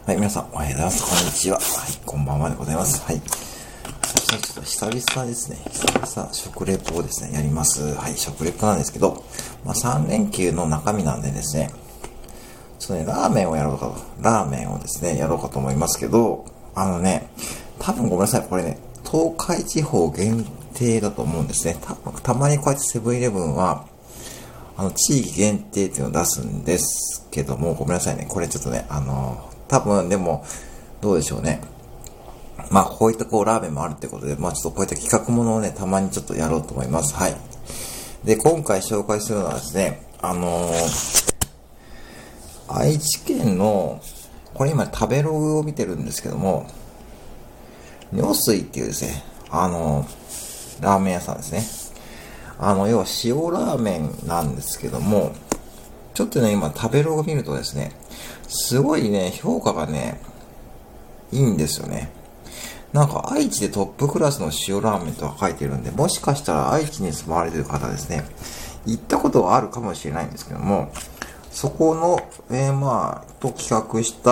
はい、皆さん、おはようございます。こんにちは。はい、こんばんはでございます。はい。ちょっと久々ですね。久々、食レポをですね、やります。はい、食レポなんですけど、3連休の中身なんでですね、ちょっとね、ラーメンをですね、やろうかと思いますけど、多分ごめんなさい、これね、東海地方限定だと思うんですね。たまにこうやってセブンイレブンは、地域限定っていうのを出すんですけども、ごめんなさいね。これちょっとね、多分でも、どうでしょうね。こういったラーメンもあるってことで、ちょっとこういった企画ものをね、たまにちょっとやろうと思います。はい。で、今回紹介するのはですね、愛知県の、これ今食べログを見てるんですけども、如水っていうですね、ラーメン屋さんですね。要は塩ラーメンなんですけども、ちょっとね、今食べログを見るとですね、すごいね、評価がね、いいんですよね。なんか愛知でトップクラスの塩ラーメンとは書いてるんで、もしかしたら愛知に住まわれてる方ですね、行ったことはあるかもしれないんですけども、そこの、と企画した、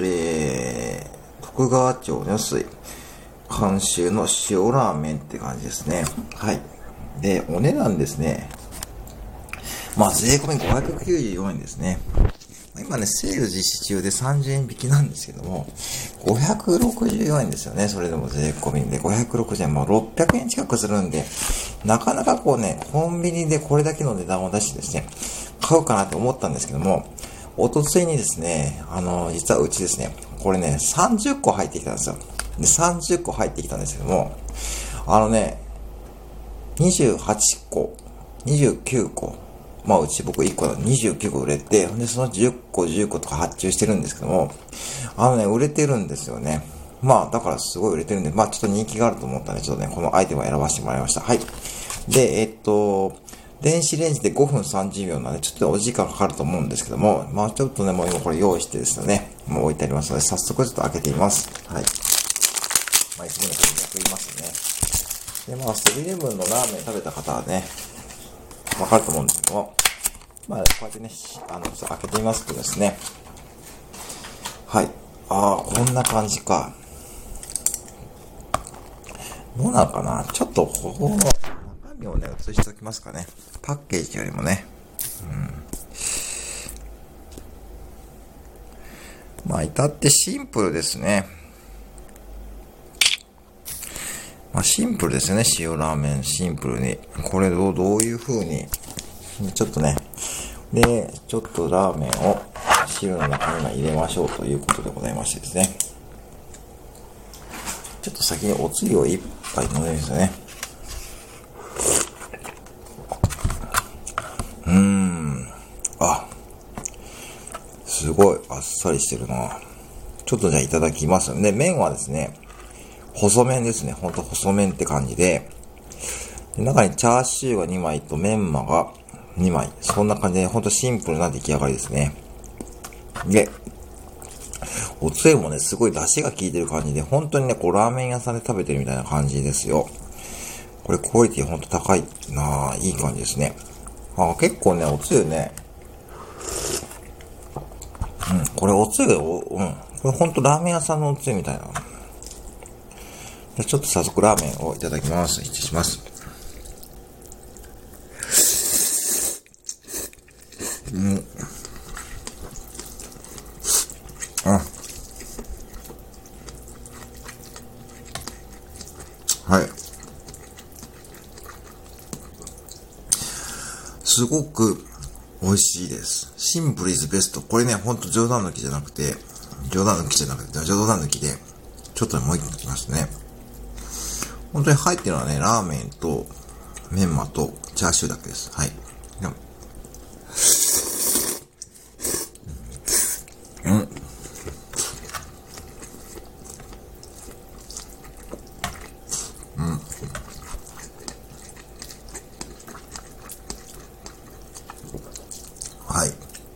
徳川町如水監修の塩ラーメンって感じですね。はい。で、お値段ですね。税込み594円ですね。今ね、セール実施中で30円引きなんですけども、564円ですよね。それでも税込みで560円、600円近くするんで、なかなかコンビニでこれだけの値段を出してですね、買うかなと思ったんですけども、おとついにですね、実はうちですね、これね、30個入ってきたんですよ。で、30個入ってきたんですけども、28個、29個、うち僕1個だ29個売れて、で、その10個とか発注してるんですけども、売れてるんですよね。だからすごい売れてるんで、ちょっと人気があると思ったんで、ちょっとね、このアイテムを選ばせてもらいました。はい。で、電子レンジで5分30秒なんで、ちょっとお時間かかると思うんですけども、ちょっとね、もう今これ用意してですね、もう置いてありますので、早速ちょっと開けてみます。はい。いつもの風にやりますね。で、セブンイレブンのラーメン食べた方はね、わかると思うんですけども、こうやってね、開けてみますとですね、はい。こんな感じか。どうなのかな、ちょっと、ここの中身をね、映しておきますかね。パッケージよりもね。至ってシンプルですね。シンプルですよね、塩ラーメン、シンプルに。これどういう風に、ちょっとね、で、ちょっとラーメンを汁の中に入れましょうということでございましてですね。ちょっと先におつゆを一杯飲んでみますね。すごいあっさりしてるな。ちょっとじゃあいただきます。で、麺はですね、細麺ですね。ほんと細麺って感じで、中にチャーシューが2枚とメンマが2枚。そんな感じで、ほんとシンプルな出来上がりですね。で、おつゆもね、すごい出汁が効いてる感じで、本当にね、ラーメン屋さんで食べてるみたいな感じですよ。これクオリティほんと高いなぁ、いい感じですね。結構ね、おつゆね、これおつゆ、これほんとラーメン屋さんのおつゆみたいな。ちょっと早速ラーメンをいただきます。失礼します。はい。すごく美味しいです。シンプルイズベスト。これね、ほんと冗談抜きで、ちょっともう一個いきますね。本当に入ってるのはね、ラーメンと、メンマと、チャーシューだけです。はい。はい。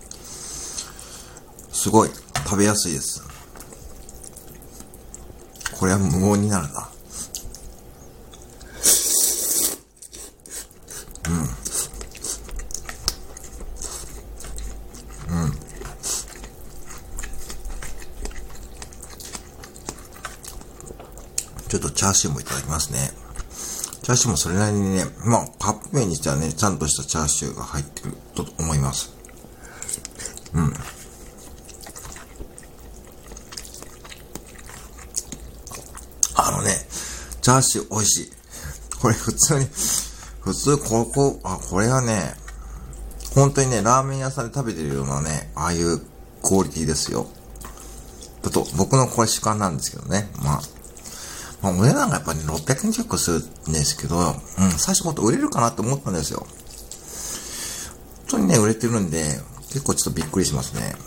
すごい、食べやすいです。これは無言になるな。 ちょっとチャーシューもいただきますね。チャーシューもそれなりにね、まあ、カップ麺にしてはね、ちゃんとしたチャーシューが入ってると思います。うん。チャーシュー美味しい。これ普通これはね、本当にね、ラーメン屋さんで食べてるようなね、ああいうクオリティですよ。僕のこれ主観なんですけどね。まあ、お値段がやっぱり、ね、600円弱するんですけど、最初もっと売れるかなって思ったんですよ。本当にね、売れてるんで、結構ちょっとびっくりしますね。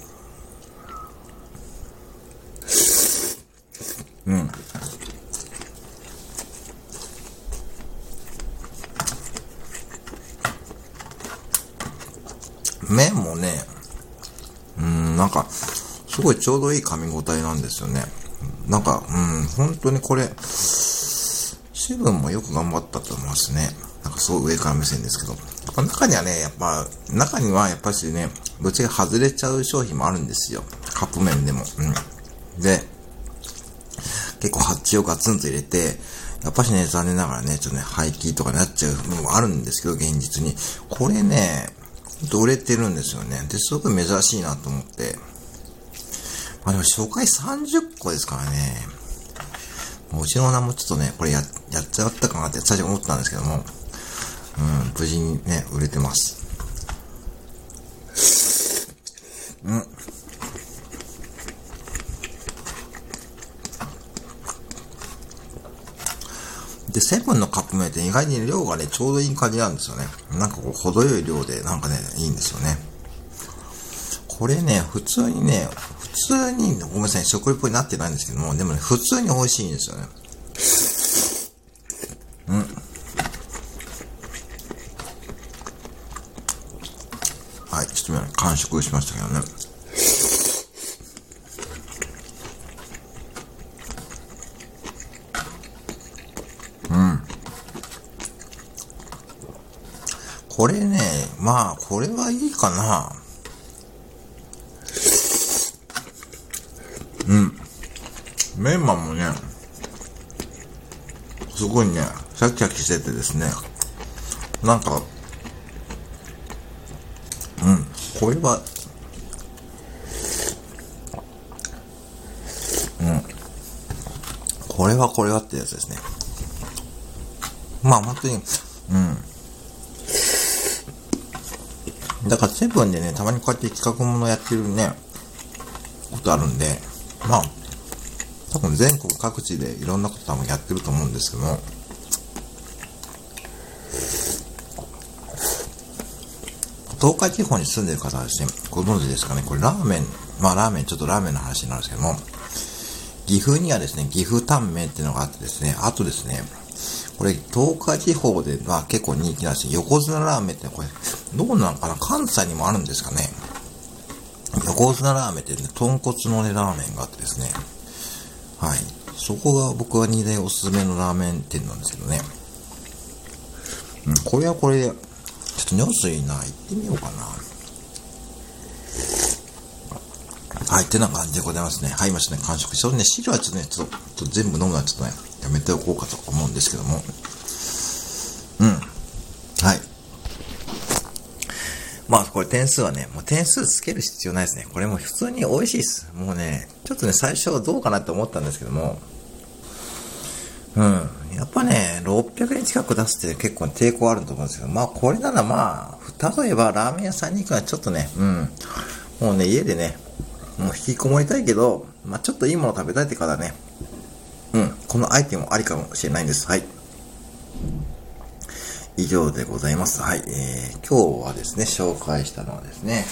麺もね、なんか、すごいちょうどいい噛み応えなんですよね。なんか、本当にこれ、水分もよく頑張ったと思いますね。なんかすごい上から目線ですけど。中にはね、中にはやっぱしね、ぶっちゃけ外れちゃう商品もあるんですよ。カップ麺でも。で、結構発注をガツンと入れて、やっぱしね、残念ながらね、ちょっとね、廃棄とかになっちゃうのもあるんですけど、現実に。これね、ほんと売れてるんですよね。で、すごく珍しいなと思って。でも初回30個ですからね。もううちのオーナーもちょっとね、これやっちゃったかなって最初思ったんですけども、無事にね、売れてます。で、セブンのカップ麺って意外に量がね、ちょうどいい感じなんですよね。なんかこう、程よい量で、なんかね、いいんですよね。これね、普通に、ごめんなさい、食レポになってないんですけども、でもね、普通に美味しいんですよね。はい、ちょっと完食しましたけどね。これね、まあ、これはいいかな。メンマもね、すごいね、シャキシャキしててですね、なんか、これは、これはってやつですね。まあ本当に、だからセブンでね、たまにこうやって企画ものやってるね、ことあるんで、まあ、多分全国各地でいろんなこと多分やってると思うんですけども、東海地方に住んでる方はですね、ご存知ですかね、これラーメンの話になるんですけども、岐阜にはですね、岐阜タンメンっていうのがあってですね、あとですね、これ東海地方では結構人気なんですよ。横綱ラーメンってこれ、どうなのかな、関西にもあるんですかね。横綱ラーメンってね、豚骨のね、ラーメンがあってですね、はい。そこが僕は2大おすすめのラーメン店なんですけどね。これはこれで、ちょっと如水な、行ってみようかな。はい、ってな感じでございますね。はい、今ちょっとね、完食して、ね、汁はちょっと全部飲むのはちょっとね、やめておこうかと思うんですけども。はい。まあ、これ点数はね、もう点数つける必要ないですね。これも普通に美味しいです。もうね、ちょっとね、最初はどうかなって思ったんですけども、やっぱね、600円近く出すって結構抵抗あると思うんですけど、まあ、これならまあ、例えばラーメン屋さんに行くのはちょっとね、もうね、家でね、もう引きこもりたいけど、まあ、ちょっといいもの食べたいって方はね、このアイテムありかもしれないんです。はい。以上でございます。はい。今日はですね、紹介したのはですね、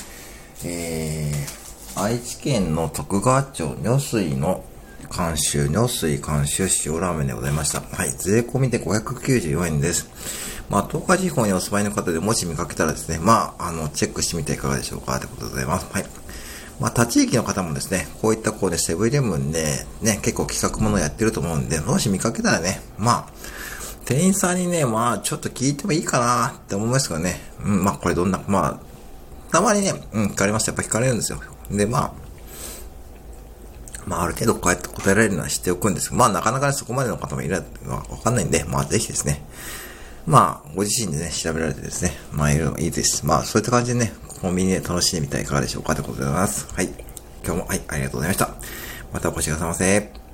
愛知県の徳川町如水の如水監修塩ラーメンでございました。はい。税込みで594円です。まあ、東海地方にお住まいの方でもし見かけたらですね、まあ、チェックしてみていかがでしょうかということでございます。はい。まあ、他地域の方もですね、こういったこうでセブンイレブンでね、結構企画ものやってると思うんで、もし見かけたらね、まあ、店員さんにね、まあ、ちょっと聞いてもいいかなって思いますけどね。まあ、これどんな、まあ、たまにね、聞かれました。やっぱ聞かれるんですよ。で、ままあ、ある程度こうやって答えられるのは知っておくんですけど、まあ、なかなかね、そこまでの方もいるのはわかんないんで、まあ、ぜひですね、まあ、ご自身でね、調べられてですね、まあ、いるのがいいです。まあ、そういった感じでね、コンビニで楽しんでみてはいかがでしょうかということでございます。はい。今日も、はい、ありがとうございました。またお越しくださいませ。